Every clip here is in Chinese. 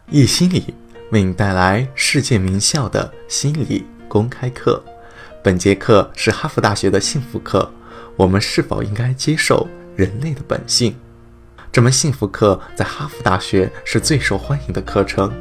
易心理为你带来世界名校的心理公开课。本节课是哈佛大学的幸福课，我们是否应该接受人类的本性？这门幸福课在哈佛大学是最受欢迎的课程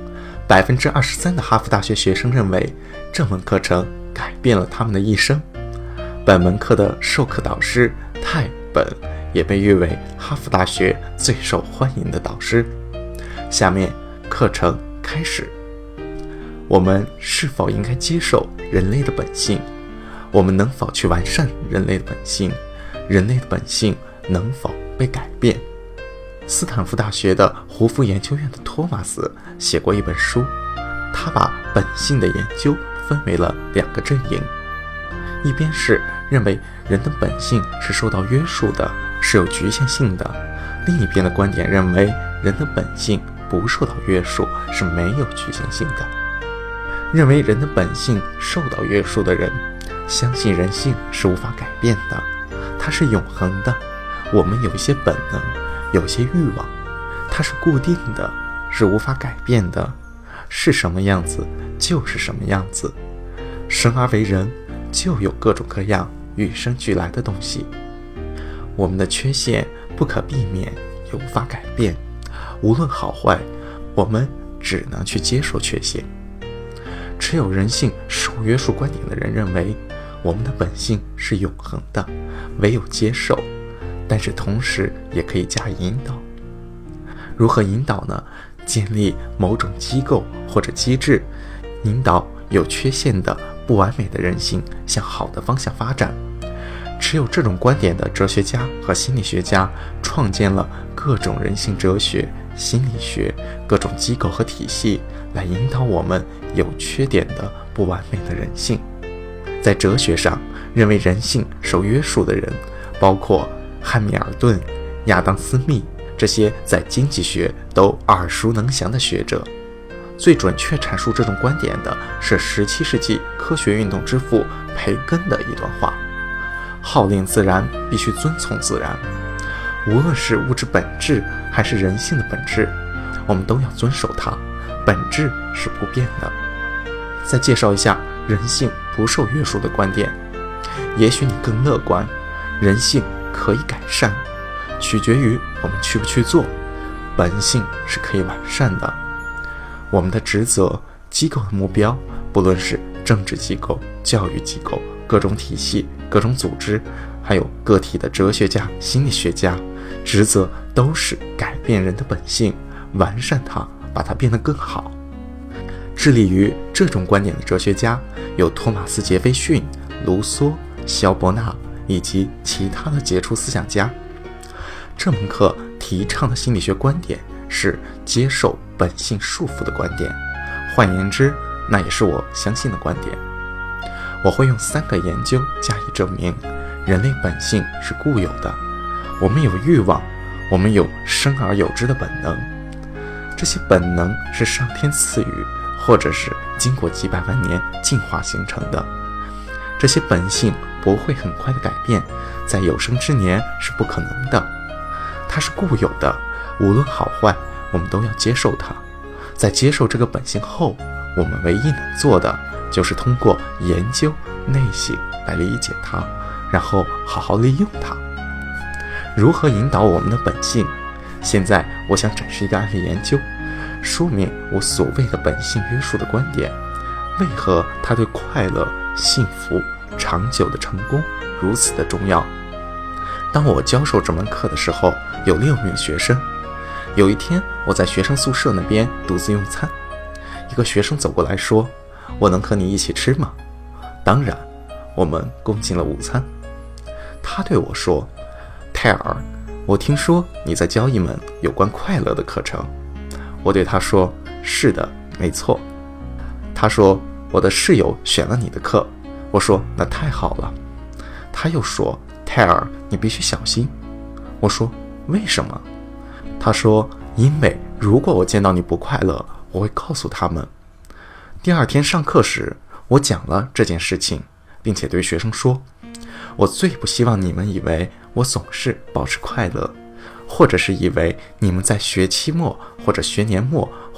，23%的哈佛大学学生认为这门课程改变了他们的一生。本门课的授课导师泰本也被誉为哈佛大学最受欢迎的导师。下面课程开始。我们是否应该接受人类的本性？我们能否去完善人类的本性？人类的本性能否被改变？斯坦福大学的胡佛研究院的托马斯写过一本书，他把本性的研究分为了2个阵营，一边是认为人的本性是受到约束的，是有局限性的，另一边的观点认为人的本性不受到约束，是没有局限性的。认为人的本性受到约束的人，相信人性是无法改变的，它是永恒的。我们有一些本能，有些欲望，它是固定的，是无法改变的，是什么样子就是什么样子。生而为人，就有各种各样与生俱来的东西。我们的缺陷不可避免，也无法改变。无论好坏，我们只能去接受缺陷。持有人性受约束观点的人认为，我们的本性是永恒的，唯有接受，但是同时也可以加以引导。如何引导呢？建立某种机构或者机制，引导有缺陷的不完美的人性向好的方向发展。持有这种观点的哲学家和心理学家创建了各种人性哲学、心理学、各种机构和体系，来引导我们有缺点的不完美的人性。在哲学上，认为人性受约束的人包括汉密尔顿、亚当·斯密这些在经济学都耳熟能详的学者。最准确阐述这种观点的是17世纪科学运动之父培根的一段话：号令自然，必须遵从自然。无论是物质本质还是人性的本质，我们都要遵守它，本质是不变的。再介绍一下人性不受约束的观点。也许你更乐观，人性可以改善，取决于我们去不去做。本性是可以完善的。我们的职责、机构的目标，不论是政治机构、教育机构、各种体系、各种组织，还有个体的哲学家、心理学家，职责都是改变人的本性，完善它，把它变得更好。致力于这种观点的哲学家有托马斯·杰斐逊、卢梭、萧伯纳以及其他的杰出思想家。这门课提倡的心理学观点是接受本性束缚的观点，换言之，那也是我相信的观点。我会用3个研究加以证明，人类本性是固有的，我们有欲望，我们有生而有之的本能，这些本能是上天赐予，或者是经过几百万年进化形成的。这些本性不会很快的改变，在有生之年是不可能的。它是固有的，无论好坏，我们都要接受它。在接受这个本性后，我们唯一能做的就是通过研究内省来理解它，然后好好利用它。如何引导我们的本性？现在我想展示一个案例研究，说明我所谓的本性约束的观点，为何它对快乐、幸福、长久的成功如此的重要。当我教授这门课的时候，有6名学生。有一天，我在学生宿舍那边独自用餐，一个学生走过来说：“我能和你一起吃吗？”当然，我们共进了午餐。他对我说：“泰尔，我听说你在教一门有关快乐的课程。”我对他说：“是的，没错。”他说：“我的室友选了你的课。”我说：“那太好了。”他又说：“泰尔，你必须小心。”我说：“为什么？”他说：“因为如果我见到你不快乐，我会告诉他们。”第2天上课时，我讲了这件事情，并且对学生说：“我最不希望你们以为我总是保持快乐，或者是以为你们在学期末或者学年末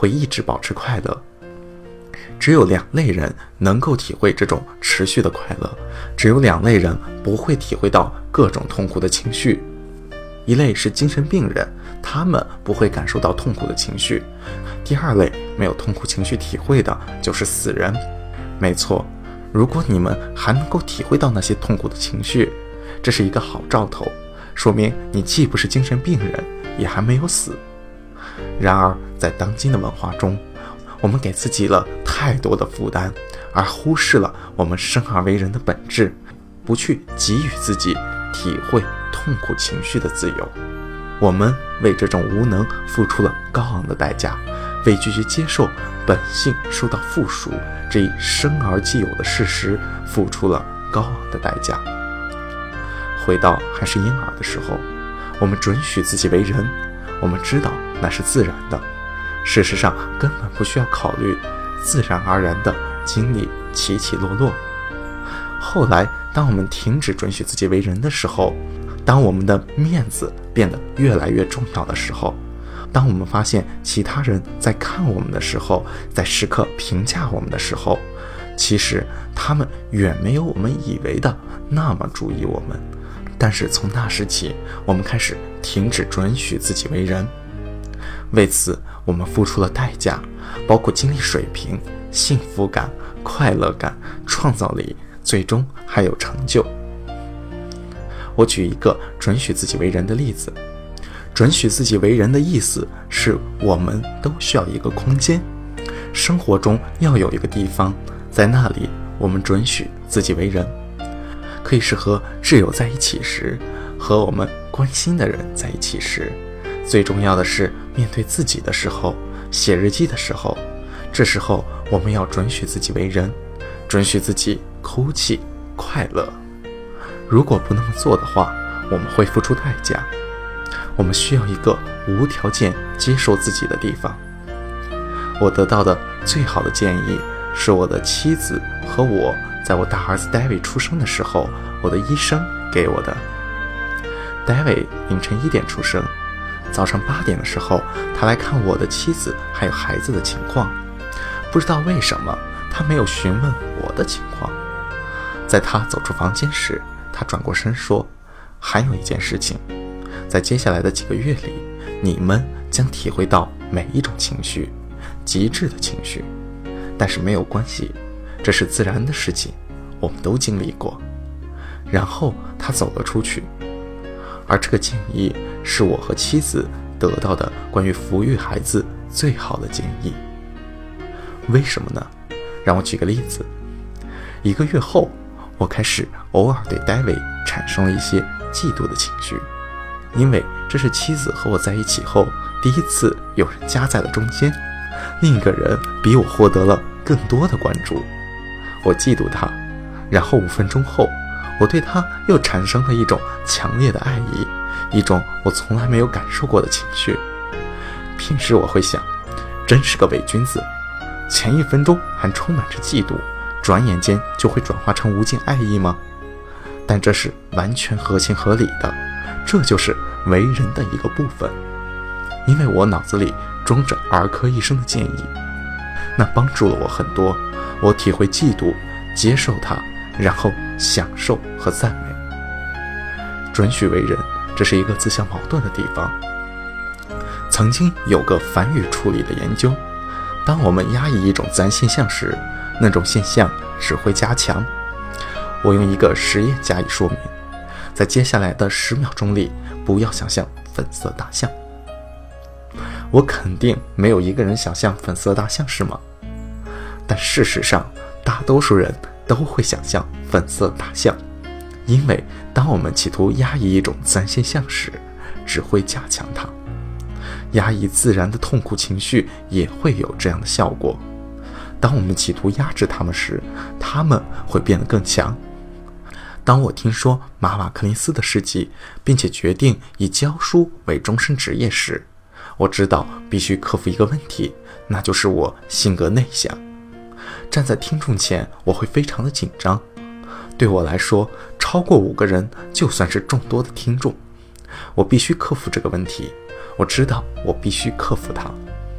会一直保持快乐。只有2类人能够体会这种持续的快乐，只有2类人不会体会到各种痛苦的情绪。一类是精神病人，他们不会感受到痛苦的情绪。第2类没有痛苦情绪体会的就是死人。没错，如果你们还能够体会到那些痛苦的情绪，这是一个好兆头，说明你既不是精神病人，也还没有死。然而在当今的文化中，我们给自己了太多的负担，而忽视了我们生而为人的本质，不去给予自己体会痛苦情绪的自由。我们为这种无能付出了高昂的代价，为拒绝接受本性受到附属这一生而既有的事实付出了高昂的代价。回到还是婴儿的时候，我们准许自己为人，我们知道那是自然的，事实上根本不需要考虑自然而然的经历起起落落。后来当我们停止准许自己为人的时候，当我们的面子变得越来越重要的时候，当我们发现其他人在看我们的时候，在时刻评价我们的时候，其实他们远没有我们以为的那么注意我们。但是从那时起，我们开始停止准许自己为人，为此我们付出了代价，包括精力水平、幸福感、快乐感、创造力，最终还有成就。我举一个准许自己为人的例子。准许自己为人的意思是，我们都需要一个空间，生活中要有一个地方，在那里我们准许自己为人。可以是和挚友在一起时，和我们关心的人在一起时，最重要的是面对自己的时候，写日记的时候，这时候我们要准许自己为人，准许自己哭泣快乐。如果不那么做的话，我们会付出代价。我们需要一个无条件接受自己的地方。我得到的最好的建议是我的妻子和我在我大儿子 David 出生的时候，我的医生给我的。David 凌晨1点出生，早上8点的时候，他来看我的妻子还有孩子的情况。不知道为什么，他没有询问我的情况。在他走出房间时，他转过身说，还有一件事情，在接下来的几个月里，你们将体会到每一种情绪，极致的情绪，但是没有关系，这是自然的事情，我们都经历过。然后他走了出去，而这个建议是我和妻子得到的关于抚育孩子最好的建议。为什么呢？让我举个例子。1个月后，我开始偶尔对 David 产生了一些嫉妒的情绪，因为这是妻子和我在一起后第一次有人夹在了中间，另一个人比我获得了更多的关注。我嫉妒他，然后5分钟后，我对他又产生了一种强烈的爱意，一种我从来没有感受过的情绪。平时我会想，真是个伪君子，前1分钟还充满着嫉妒，转眼间就会转化成无尽爱意吗？但这是完全合情合理的，这就是为人的一个部分。因为我脑子里装着儿科医生的建议，那帮助了我很多。我体会嫉妒，接受它，然后享受和赞美。准许为人，这是一个自相矛盾的地方。曾经有个反语处理的研究，当我们压抑一种自然现象时，那种现象只会加强。我用一个实验加以说明。在接下来的10秒钟里，不要想象粉色大象。我肯定没有一个人想象粉色大象，是吗？但事实上，大多数人都会想象粉色大象，因为当我们企图压抑一种自然现象时，只会加强它。压抑自然的痛苦情绪也会有这样的效果。当我们企图压制它们时，它们会变得更强。当我听说马瓦克林斯的事迹，并且决定以教书为终身职业时，我知道必须克服一个问题，那就是我性格内向。站在听众前，我会非常的紧张。对我来说，超过5个人就算是众多的听众。我必须克服这个问题，我知道我必须克服它。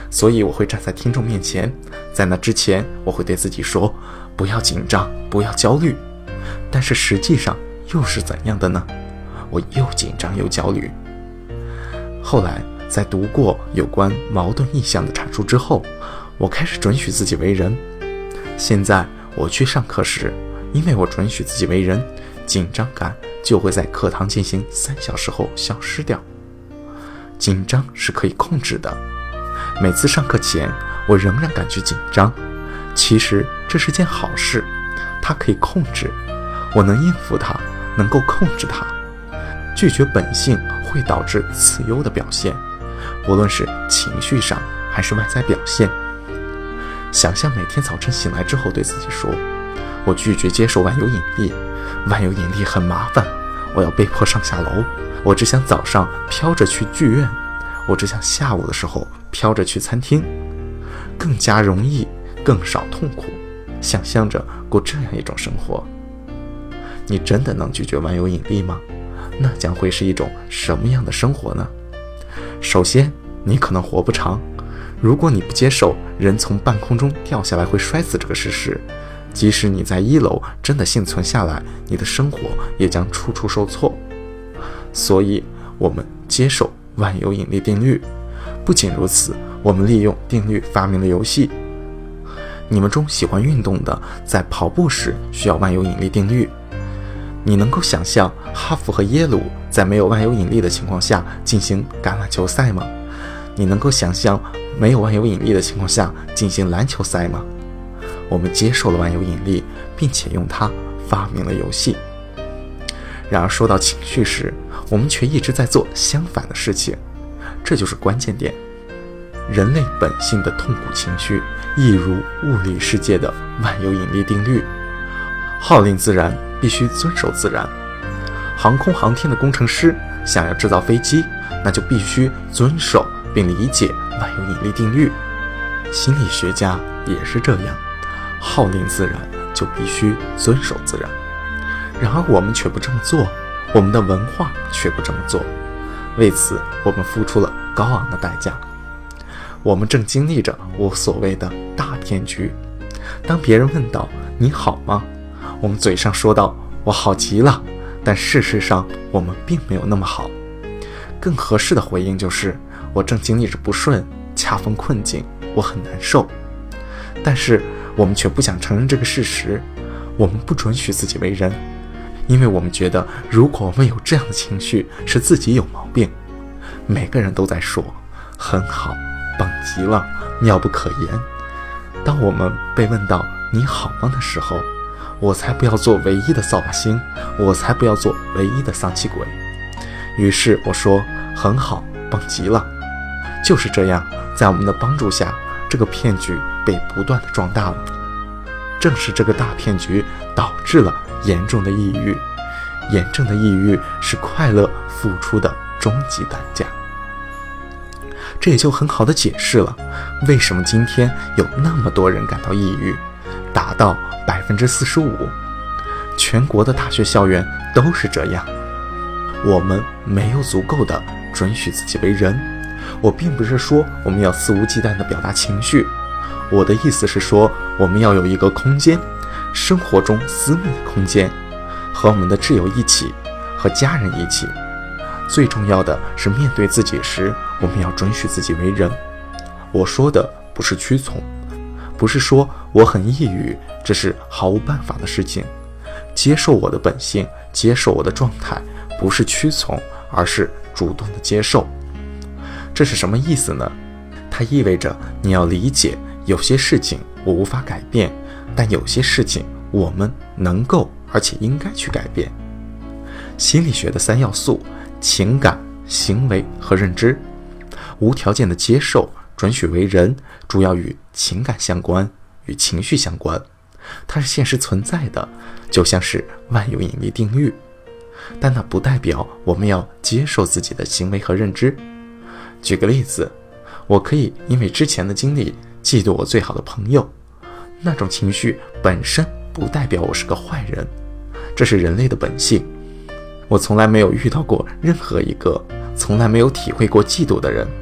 所以我会站在听众面前，在那之前我会对自己说，不要紧张，不要焦虑。但是实际上又是怎样的呢？我又紧张又焦虑。后来在读过有关矛盾意象的阐述之后，我开始准许自己为人。现在我去上课时，因为我准许自己为人，紧张感就会在课堂进行3小时后消失掉。紧张是可以控制的，每次上课前我仍然感觉紧张，其实这是件好事，它可以控制，我能应付它，能够控制它。拒绝本性会导致次优的表现，不论是情绪上还是外在表现。想象每天早晨醒来之后对自己说，我拒绝接受万有引力，万有引力很麻烦，我要被迫上下楼，我只想早上飘着去剧院，我只想下午的时候飘着去餐厅，更加容易，更少痛苦，想象着过这样一种生活。你真的能拒绝万有引力吗？那将会是一种什么样的生活呢？首先，你可能活不长。如果你不接受人从半空中掉下来会摔死这个事实，即使你在1楼真的幸存下来，你的生活也将处处受挫。所以我们接受万有引力定律。不仅如此，我们利用定律发明了游戏。你们中喜欢运动的，在跑步时需要万有引力定律。你能够想象哈佛和耶鲁在没有万有引力的情况下进行橄榄球赛吗？你能够想象没有万有引力的情况下进行篮球赛吗？我们接受了万有引力，并且用它发明了游戏。然而说到情绪时，我们却一直在做相反的事情，这就是关键点。人类本性的痛苦情绪，亦如物理世界的万有引力定律。号令自然，必须遵守自然。航空航天的工程师想要制造飞机，那就必须遵守并理解万有引力定律。心理学家也是这样，号令自然，就必须遵守自然。然而我们却不这么做，我们的文化却不这么做，为此我们付出了高昂的代价。我们正经历着我所谓的大骗局。当别人问到你好吗，我们嘴上说道我好极了，但事实上我们并没有那么好。更合适的回应就是我正经历着不顺，恰逢困境，我很难受。但是我们却不想承认这个事实，我们不准许自己为人，因为我们觉得如果我们有这样的情绪，是自己有毛病。每个人都在说很好，棒极了，妙不可言。当我们被问到你好吗的时候，我才不要做唯一的扫把星，我才不要做唯一的丧气鬼。于是我说很好，棒极了。就是这样，在我们的帮助下，这个骗局被不断的壮大了。正是这个大骗局导致了严重的抑郁，严重的抑郁是快乐付出的终极代价。这也就很好的解释了为什么今天有那么多人感到抑郁，达到45%。全国的大学校园都是这样。我们没有足够的准许自己为人。我并不是说我们要肆无忌惮地表达情绪，我的意思是说，我们要有一个空间，生活中私密的空间，和我们的挚友一起，和家人一起。最重要的是，面对自己时，我们要准许自己为人。我说的不是屈从，不是说我很抑郁，这是毫无办法的事情。接受我的本性，接受我的状态，不是屈从，而是主动的接受。这是什么意思呢？它意味着你要理解，有些事情我无法改变，但有些事情我们能够而且应该去改变。心理学的3要素：情感、行为和认知。无条件的接受、准许为人，主要与情感相关，与情绪相关。它是现实存在的，就像是万有引力定律。但那不代表我们要接受自己的行为和认知。举个例子，我可以因为之前的经历嫉妒我最好的朋友，那种情绪本身不代表我是个坏人，这是人类的本性。我从来没有遇到过任何一个从来没有体会过嫉妒的人，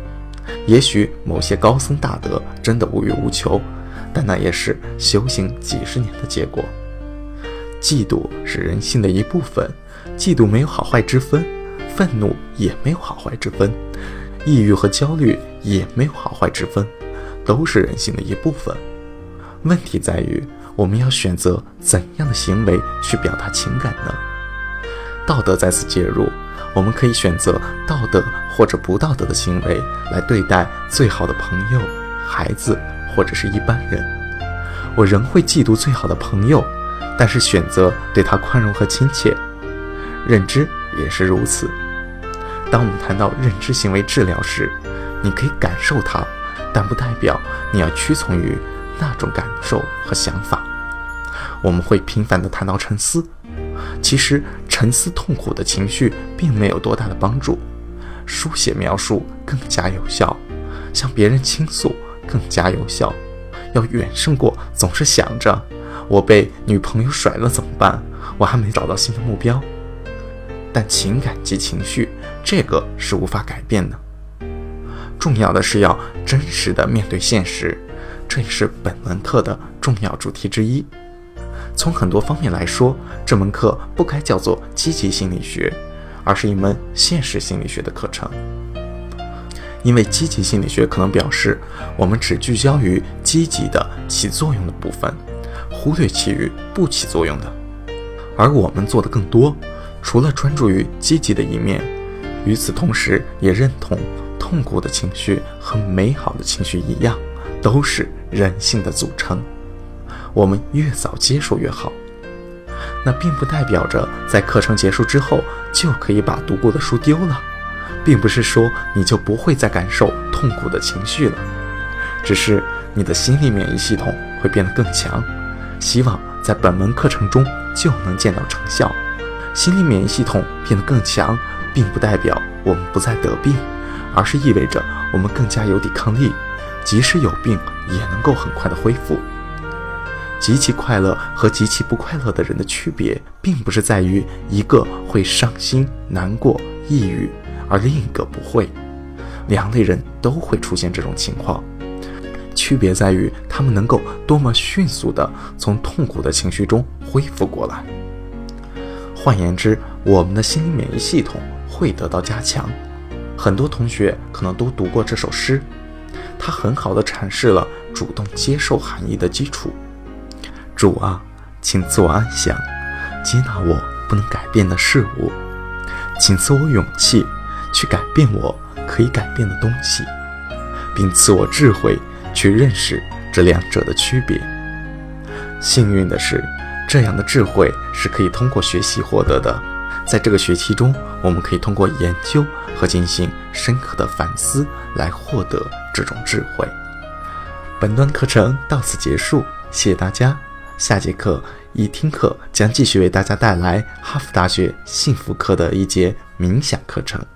也许某些高僧大德真的无欲无求，但那也是修行几十年的结果。嫉妒是人性的一部分，嫉妒没有好坏之分，愤怒也没有好坏之分，抑郁和焦虑也没有好坏之分，都是人性的一部分。问题在于，我们要选择怎样的行为去表达情感呢？道德在此介入，我们可以选择道德或者不道德的行为来对待最好的朋友、孩子或者是一般人。我仍会嫉妒最好的朋友，但是选择对他宽容和亲切。认知也是如此。当我们谈到认知行为治疗时，你可以感受它，但不代表你要屈从于那种感受和想法。我们会频繁地谈到沉思，其实沉思痛苦的情绪并没有多大的帮助，书写描述更加有效，向别人倾诉更加有效，要远胜过总是想着我被女朋友甩了怎么办，我还没找到新的目标。但情感及情绪，这个是无法改变的。重要的是要真实的面对现实，这也是本门课的重要主题之一。从很多方面来说，这门课不该叫做积极心理学，而是一门现实心理学的课程。因为积极心理学可能表示我们只聚焦于积极的起作用的部分，忽略其余不起作用的。而我们做的更多，除了专注于积极的一面，与此同时也认同痛苦的情绪和美好的情绪一样，都是人性的组成。我们越早接受越好。那并不代表着在课程结束之后就可以把读过的书丢了，并不是说你就不会再感受痛苦的情绪了，只是你的心理免疫系统会变得更强。希望在本门课程中就能见到成效。心理免疫系统变得更强，并不代表我们不再得病，而是意味着我们更加有抵抗力，即使有病也能够很快的恢复。极其快乐和极其不快乐的人的区别，并不是在于一个会伤心、难过、抑郁，而另一个不会。两类人都会出现这种情况，区别在于他们能够多么迅速地从痛苦的情绪中恢复过来。换言之，我们的心理免疫系统会得到加强。很多同学可能都读过这首诗，它很好地阐释了主动接受含义的基础。主啊，请赐我安详，接纳我不能改变的事物，请赐我勇气去改变我可以改变的东西，并赐我智慧去认识这两者的区别。幸运的是，这样的智慧是可以通过学习获得的。在这个学期中，我们可以通过研究和进行深刻的反思来获得这种智慧。本段课程到此结束，谢谢大家。下节课一听课将继续为大家带来哈佛大学幸福课的一节冥想课程。